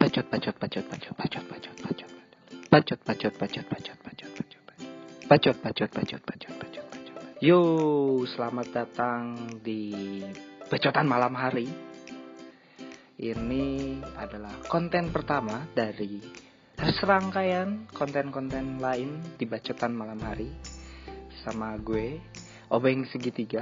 Bacot, bacot, bacot, bacot, bacot, bacot, bacot, bacot, bacot, bacot, bacot, bacot, bacot, bacot, bacot, bacot, bacot, bacot. Yo, selamat datang di Bacotan Malam Hari. Ini adalah konten pertama dari serangkaian konten-konten lain di Bacotan Malam Hari sama gue, Obeng Segitiga.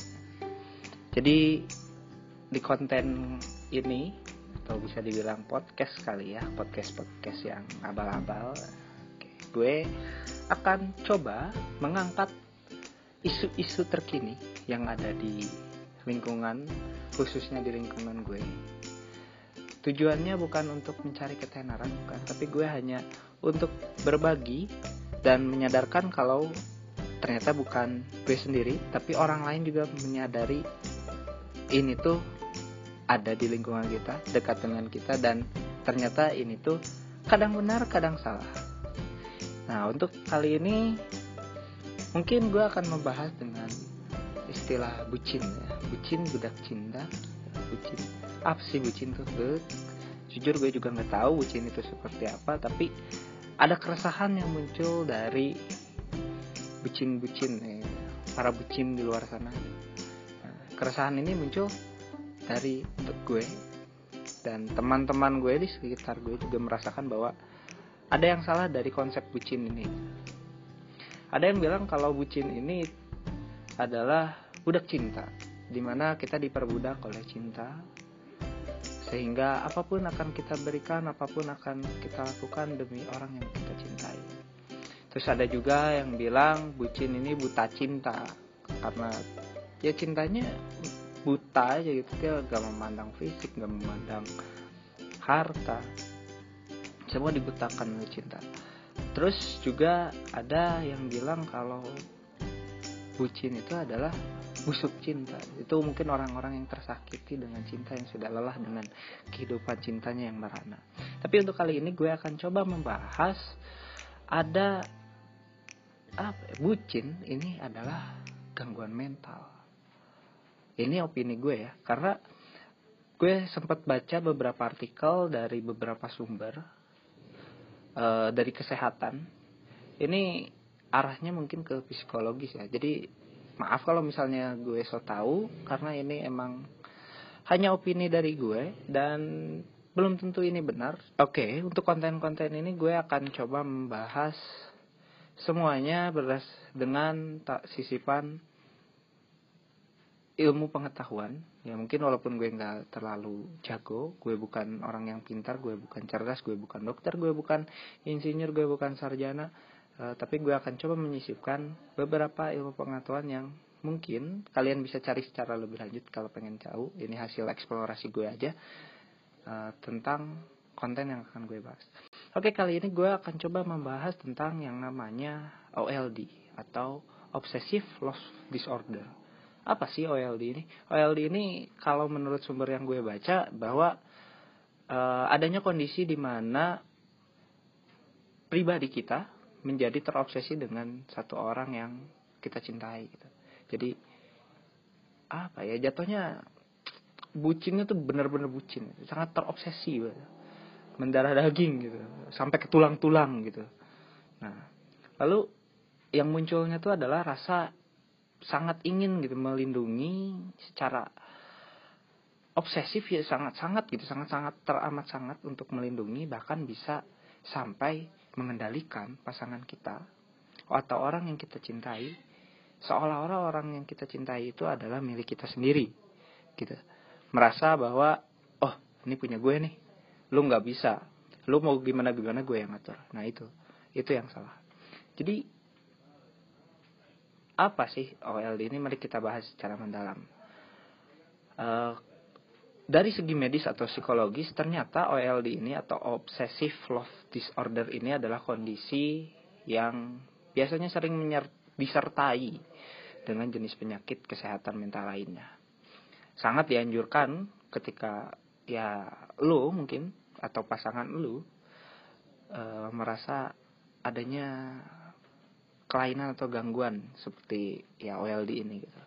Jadi di konten ini, atau bisa dibilang podcast kali ya, podcast yang abal-abal, gue akan coba mengangkat isu-isu terkini yang ada di lingkungan, khususnya di lingkungan gue. Tujuannya bukan untuk mencari ketenaran, bukan, tapi gue hanya untuk berbagi dan menyadarkan kalau ternyata bukan gue sendiri, tapi orang lain juga menyadari ini tuh ada di lingkungan kita, dekat dengan kita, dan ternyata ini tuh kadang benar, kadang salah. Nah, untuk kali ini mungkin gue akan membahas dengan istilah bucin ya. Bucin, budak cinta. Bucin, apa sih bucin tuh? Jujur gue juga gak tahu bucin itu seperti apa, tapi ada keresahan yang muncul dari bucin-bucin, para bucin di luar sana. Nah, keresahan ini muncul dari gue dan teman-teman gue di sekitar gue juga merasakan bahwa ada yang salah dari konsep bucin ini. Ada yang bilang kalau bucin ini adalah budak cinta, dimana kita diperbudak oleh cinta, sehingga apapun akan kita berikan, apapun akan kita lakukan demi orang yang kita cintai. Terus ada juga yang bilang bucin ini buta cinta, karena ya cintanya buta aja gitu, dia gak memandang fisik, gak memandang harta, semua dibutakan oleh cinta. Terus juga ada yang bilang kalau bucin itu adalah busuk cinta. Itu mungkin orang-orang yang tersakiti dengan cinta, yang sudah lelah dengan kehidupan cintanya yang merana. Tapi untuk kali ini gue akan coba membahas ada bucin ini adalah gangguan mental. Ini opini gue ya, karena gue sempat baca beberapa artikel dari beberapa sumber dari kesehatan. Ini arahnya mungkin ke psikologis ya. Jadi maaf kalau misalnya gue so tahu, karena ini emang hanya opini dari gue dan belum tentu ini benar. Oke, untuk konten-konten ini gue akan coba membahas semuanya dengan sisipan ilmu pengetahuan. Ya mungkin walaupun gue gak terlalu jago, gue bukan orang yang pintar, gue bukan cerdas, gue bukan dokter, gue bukan insinyur, gue bukan sarjana, tapi gue akan coba menyisipkan beberapa ilmu pengetahuan yang mungkin kalian bisa cari secara lebih lanjut kalau pengen tahu. Ini hasil eksplorasi gue aja tentang konten yang akan gue bahas. Oke, kali ini gue akan coba membahas tentang yang namanya OLD atau Obsessive Loss Disorder. Apa sih OLD ini? OLD ini kalau menurut sumber yang gue baca bahwa adanya kondisi di mana pribadi kita menjadi terobsesi dengan satu orang yang kita cintai gitu. Jadi apa ya, jatuhnya bucinnya tuh benar-benar bucin, sangat terobsesi, mendarah daging gitu, sampai ke tulang-tulang gitu. Nah, lalu yang munculnya tuh adalah rasa sangat ingin gitu melindungi secara obsesif ya, sangat-sangat gitu, sangat-sangat teramat sangat untuk melindungi, bahkan bisa sampai mengendalikan pasangan kita atau orang yang kita cintai, seolah-olah orang yang kita cintai itu adalah milik kita sendiri gitu. Merasa bahwa oh ini punya gue nih, lu nggak bisa, lu mau gimana gue yang ngatur. Nah itu yang salah. Jadi apa sih OLD ini? Mari kita bahas secara mendalam. Dari segi medis atau psikologis, ternyata OLD ini atau Obsessive Love Disorder ini adalah kondisi yang biasanya sering disertai dengan jenis penyakit kesehatan mental lainnya. Sangat dianjurkan ketika ya lu mungkin atau pasangan lu merasa adanya kelainan atau gangguan seperti ya OLD ini gitu.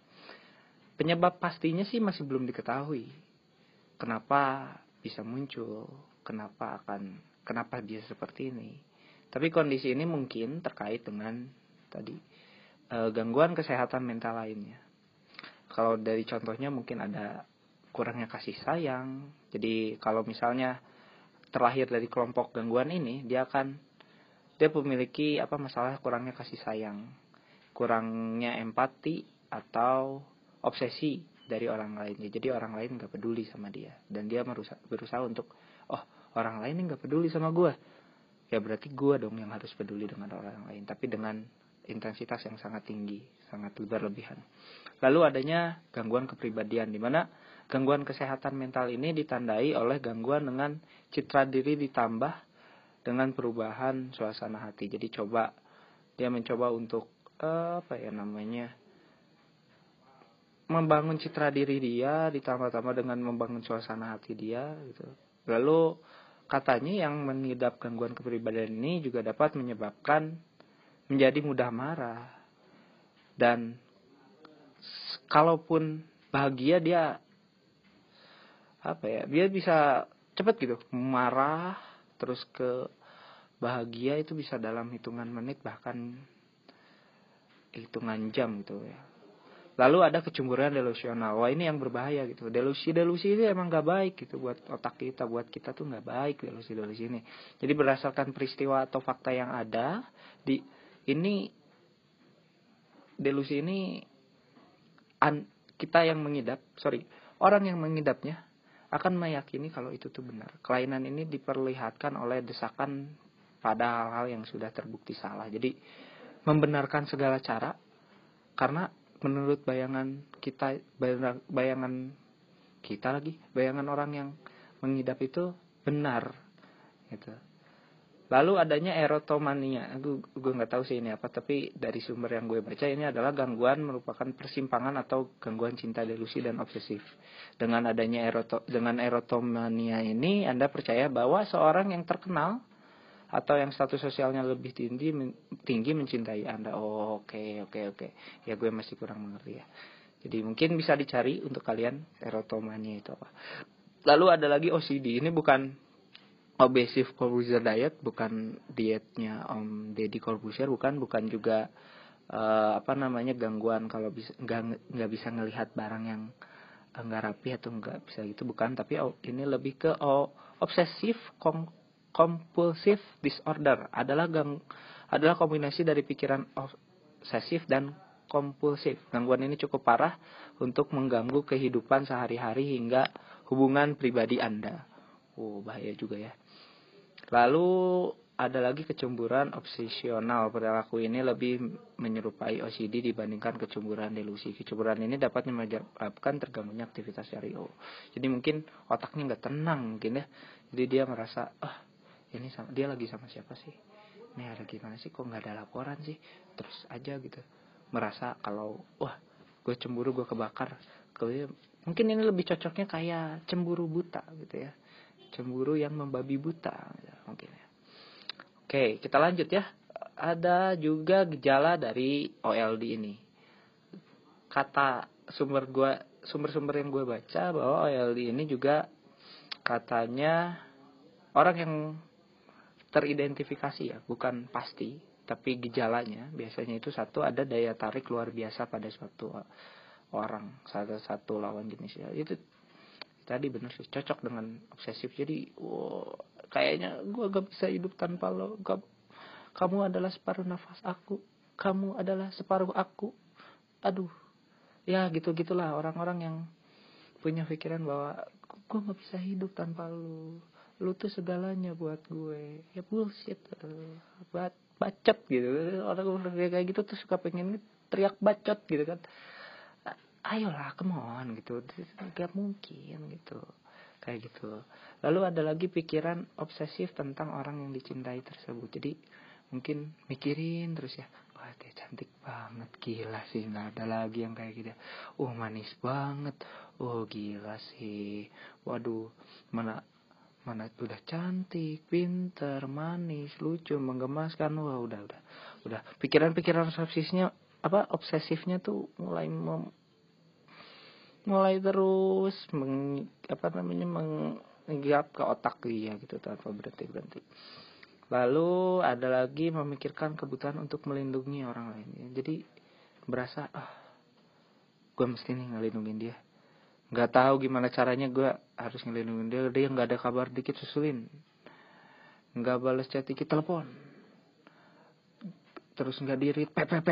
Penyebab pastinya sih masih belum diketahui. Kenapa bisa muncul? kenapa dia seperti ini. Tapi kondisi ini mungkin terkait dengan tadi gangguan kesehatan mental lainnya. Kalau dari contohnya mungkin ada kurangnya kasih sayang. Jadi kalau misalnya terlahir dari kelompok gangguan ini, dia memiliki masalah kurangnya kasih sayang, kurangnya empati atau obsesi dari orang lain. Jadi orang lain nggak peduli sama dia, dan dia berusaha untuk orang lain ini nggak peduli sama gue, ya berarti gue dong yang harus peduli dengan orang lain, tapi dengan intensitas yang sangat tinggi, sangat berlebihan. Lalu adanya gangguan kepribadian, di mana gangguan kesehatan mental ini ditandai oleh gangguan dengan citra diri ditambah dengan perubahan suasana hati. Jadi dia mencoba untuk membangun citra diri dia ditambah-tambah dengan membangun suasana hati dia gitu. Lalu katanya yang mengidap gangguan kepribadian ini juga dapat menyebabkan menjadi mudah marah, dan kalaupun bahagia dia bisa cepat gitu marah terus ke bahagia itu bisa dalam hitungan menit, bahkan hitungan jam gitu ya. Lalu ada kecemburuan delusional. Wah, ini yang berbahaya gitu. Delusi ini emang gak baik gitu buat otak kita, buat kita tuh gak baik delusi ini. Jadi berdasarkan peristiwa atau fakta yang ada delusi ini orang yang mengidapnya akan meyakini kalau itu tuh benar. Kelainan ini diperlihatkan oleh desakan pada hal-hal yang sudah terbukti salah. Jadi membenarkan segala cara karena menurut bayangan orang yang mengidap itu benar gitu. Lalu adanya erotomania. Gue nggak tahu sih ini apa, tapi dari sumber yang gue baca ini adalah gangguan merupakan persimpangan atau gangguan cinta delusi dan obsesif. Dengan adanya erotomania ini, Anda percaya bahwa seorang yang terkenal atau yang status sosialnya lebih tinggi mencintai Anda. Oke. Ya gue masih kurang mengerti ya. Jadi mungkin bisa dicari untuk kalian erotomania itu apa. Lalu ada lagi OCD. Ini bukan obsessive compulsive diet, bukan dietnya Om Deddy Corbuzier, bukan juga gangguan kalau nggak bisa ngelihat barang yang nggak rapi atau nggak bisa gitu, bukan. Tapi ini lebih ke obsessive compulsive disorder, adalah kombinasi dari pikiran obsesif dan kompulsif. Gangguan ini cukup parah untuk mengganggu kehidupan sehari-hari hingga hubungan pribadi Anda. Bahaya juga ya. Lalu ada lagi kecemburuan obsesional. Perilaku ini lebih menyerupai OCD dibandingkan kecemburuan delusi. Kecemburuan ini dapat menyebabkan terganggunya aktivitas syariah. Jadi mungkin otaknya nggak tenang mungkin ya. Jadi dia merasa ini dia lagi sama siapa sih? Ini ada gimana sih? Kok nggak ada laporan sih? Terus aja gitu. Merasa kalau gue cemburu, gue kebakar. Mungkin ini lebih cocoknya kayak cemburu buta gitu ya. Cemburu yang membabi buta mungkin ya. Oke, kita lanjut ya. Ada juga gejala dari OLD ini. Kata sumber-sumber yang gue baca bahwa OLD ini juga katanya orang yang teridentifikasi ya, bukan pasti, tapi gejalanya biasanya itu satu, ada daya tarik luar biasa pada suatu orang, satu lawan jenisnya. Itu tadi benar sih, cocok dengan obsesif. Jadi kayaknya gue gak bisa hidup tanpa lo. Kamu adalah separuh nafas aku, kamu adalah separuh aku. Aduh, ya gitulah orang-orang yang punya pikiran bahwa gue gak bisa hidup tanpa lu tuh segalanya buat gue. Ya bullshit, bacot gitu. Orang kayak gitu tuh suka pengen teriak bacot gitu kan. Ayolah, come on gitu. Gak mungkin gitu. Kayak gitu. Lalu ada lagi pikiran obsesif tentang orang yang dicintai tersebut. Jadi mungkin mikirin terus ya. Wah, dia cantik banget, gila sih. Gak ada lagi yang kayak gitu. Manis banget. Gila sih. Waduh, mana udah cantik, pinter, manis, lucu, menggemaskan. Wah, udah. Pikiran-pikiran obsesifnya tuh mulai terus ngiap ke otak dia gitu tanpa berhenti. Lalu ada lagi memikirkan kebutuhan untuk melindungi orang lain. Jadi berasa gue mesti nih ngelindungin dia. Nggak tahu gimana caranya gue harus ngelindungin dia. Dia nggak ada kabar dikit susulin, nggak balas chat dikit telepon, terus nggak di-read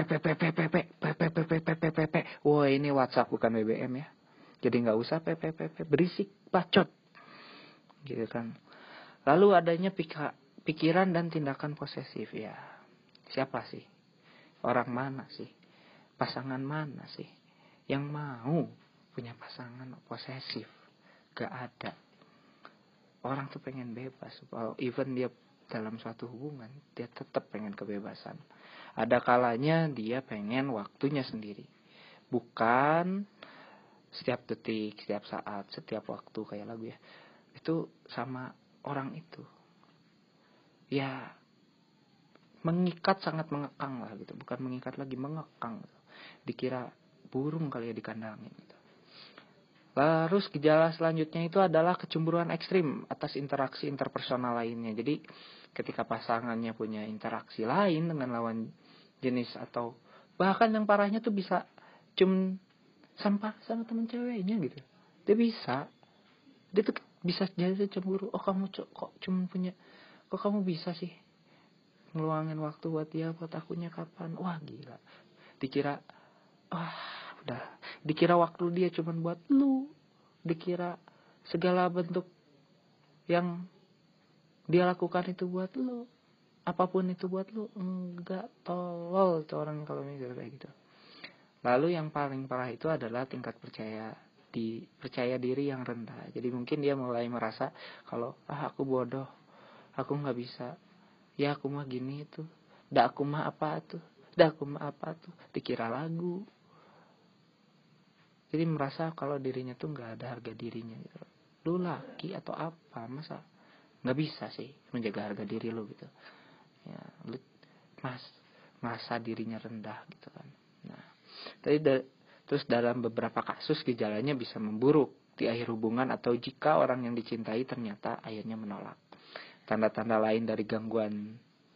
wah ini WhatsApp bukan BBM ya, jadi nggak usah berisik bacot gitu kan. Lalu adanya pikiran dan tindakan posesif. Ya, siapa sih, orang mana sih, pasangan mana sih yang mau punya pasangan posesif? Gak ada. Orang tuh pengen bebas. Even dia dalam suatu hubungan, dia tetap pengen kebebasan. Ada kalanya dia pengen waktunya sendiri, bukan setiap detik, setiap saat, setiap waktu kayak lagu ya. Itu sama orang itu ya mengikat, sangat mengekang lah gitu. Bukan mengikat lagi, mengekang gitu. Dikira burung kali ya dikandangin gitu. Terus gejala selanjutnya itu adalah kecemburuan ekstrim atas interaksi interpersonal lainnya. Jadi ketika pasangannya punya interaksi lain dengan lawan jenis, atau bahkan yang parahnya tuh bisa cium sampah sama temen ceweknya gitu. Dia tuh bisa jadi cemburu. Kamu kok cuma punya, kok kamu bisa sih ngeluangin waktu buat dia, buat akunya kapan? Wah gila. Dikira dikira waktu dia cuma buat lu, dikira segala bentuk yang dia lakukan itu buat lu, apapun itu buat lu. Enggak, tolol tuh orang kalau mikir kayak gitu. Lalu yang paling parah itu adalah tingkat percaya diri yang rendah. Jadi mungkin dia mulai merasa kalau aku bodoh, aku nggak bisa, ya aku mah gini itu, aku mah apa tuh, dikira lagu. Jadi merasa kalau dirinya tuh nggak ada harga dirinya gitu. Lu laki atau apa, masa nggak bisa sih menjaga harga diri lu gitu ya. Lu merasa dirinya rendah gitu kan. Nah, terus dalam beberapa kasus gejalanya bisa memburuk di akhir hubungan, atau jika orang yang dicintai ternyata akhirnya menolak. Tanda-tanda lain dari gangguan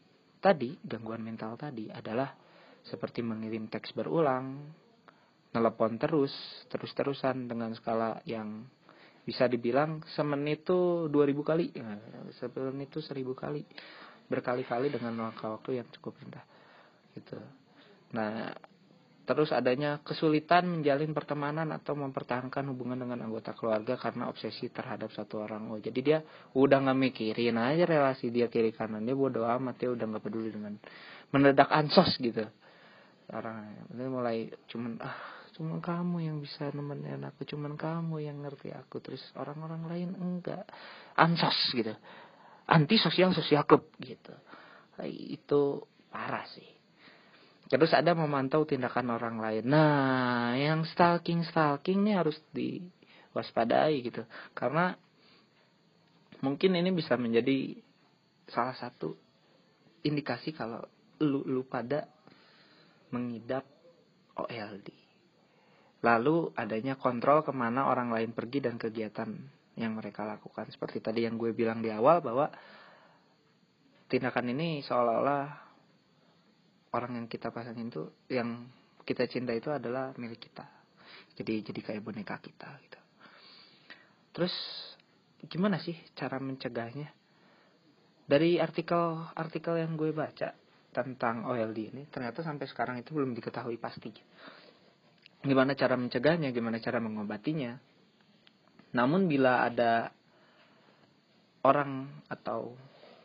mental tadi adalah seperti mengirim teks berulang, telepon terus-terusan dengan skala yang bisa dibilang semenit itu 2000 kali, semenit itu 1000 kali, berkali-kali dengan waktu yang cukup rendah gitu. Nah, terus adanya kesulitan menjalin pertemanan atau mempertahankan hubungan dengan anggota keluarga karena obsesi terhadap satu orang. Jadi dia udah nggak mikirin aja relasi dia kiri kanan, dia bodo amat, dia udah nggak peduli dengan, mendadak ansos gitu. Orang ini mulai cuman kamu yang bisa nemenin aku, cuman kamu yang ngerti aku, terus orang-orang lain enggak, ansos gitu, anti sosial klub gitu. Itu parah sih. Terus ada memantau tindakan orang lain. Nah, yang stalking ini harus diwaspadai gitu, karena mungkin ini bisa menjadi salah satu indikasi kalau lu pada mengidap OLD. Lalu adanya kontrol kemana orang lain pergi dan kegiatan yang mereka lakukan. Seperti tadi yang gue bilang di awal, bahwa tindakan ini seolah-olah orang yang kita pasangin itu, yang kita cinta itu adalah milik kita. Jadi kayak boneka kita gitu. Terus gimana sih cara mencegahnya? Dari artikel yang gue baca tentang OLD ini, ternyata sampai sekarang itu belum diketahui pasti gimana cara mencegahnya, gimana cara mengobatinya. Namun bila ada orang atau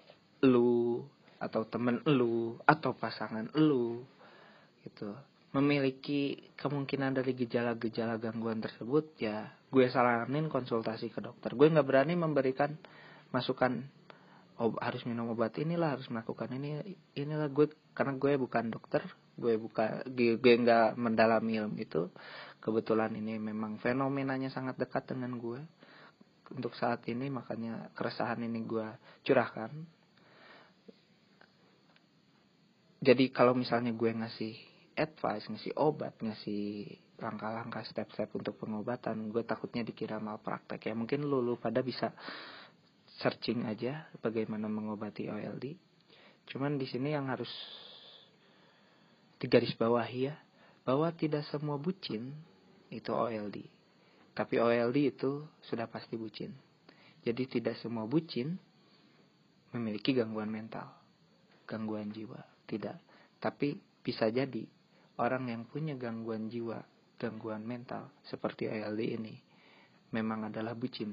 lu atau temen lu atau pasangan lu gitu memiliki kemungkinan dari gejala-gejala gangguan tersebut, ya gue saranin konsultasi ke dokter. Gue nggak berani memberikan masukan harus minum obat inilah, harus melakukan inilah, gue karena gue bukan dokter, gue nggak mendalami ilmu itu. Kebetulan ini memang fenomenanya sangat dekat dengan gue untuk saat ini, makanya keresahan ini gue curahkan. Jadi kalau misalnya gue ngasih advice, ngasih obat, ngasih langkah-langkah, step-step untuk pengobatan, gue takutnya dikira malpraktek ya. Mungkin lu pada bisa searching aja bagaimana mengobati OLD. Cuman di sini yang harus digarisbawahi ya, bahwa tidak semua bucin itu OLD. Tapi OLD itu sudah pasti bucin. Jadi tidak semua bucin memiliki gangguan mental, gangguan jiwa, tidak. Tapi bisa jadi orang yang punya gangguan jiwa, gangguan mental seperti OLD ini memang adalah bucin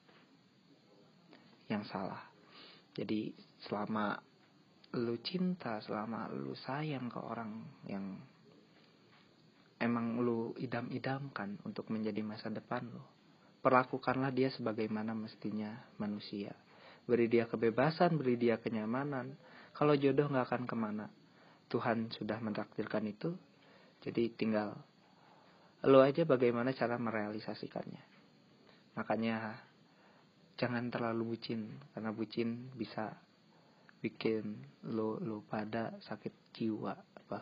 yang salah. Jadi selama lu cinta, selama lu sayang ke orang yang emang lu idam-idamkan untuk menjadi masa depan lu, perlakukanlah dia sebagaimana mestinya manusia. Beri dia kebebasan, beri dia kenyamanan. Kalau jodoh gak akan kemana, Tuhan sudah mentakdirkan itu. Jadi tinggal lu aja bagaimana cara merealisasikannya. Makanya jangan terlalu bucin, karena bucin bisa bikin lu pada sakit jiwa.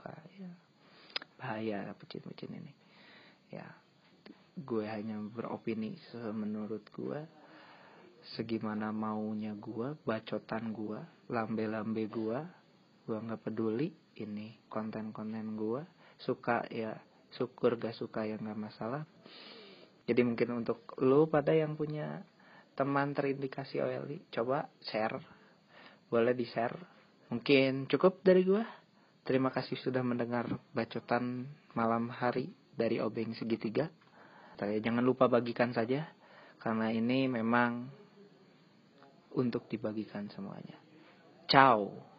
Bahaya bucin ini. Ya, gue hanya beropini menurut gue, segimana maunya gue, bacotan gue, lambe-lambe gue nggak peduli. Ini konten-konten gue, suka ya syukur, gak suka ya nggak masalah. Jadi mungkin untuk lu pada yang punya teman terindikasi OLD, coba share, boleh di share. Mungkin cukup dari gue. Terima kasih sudah mendengar bacotan malam hari dari Obeng Segitiga. Jangan lupa bagikan saja, karena ini memang untuk dibagikan semuanya. Ciao.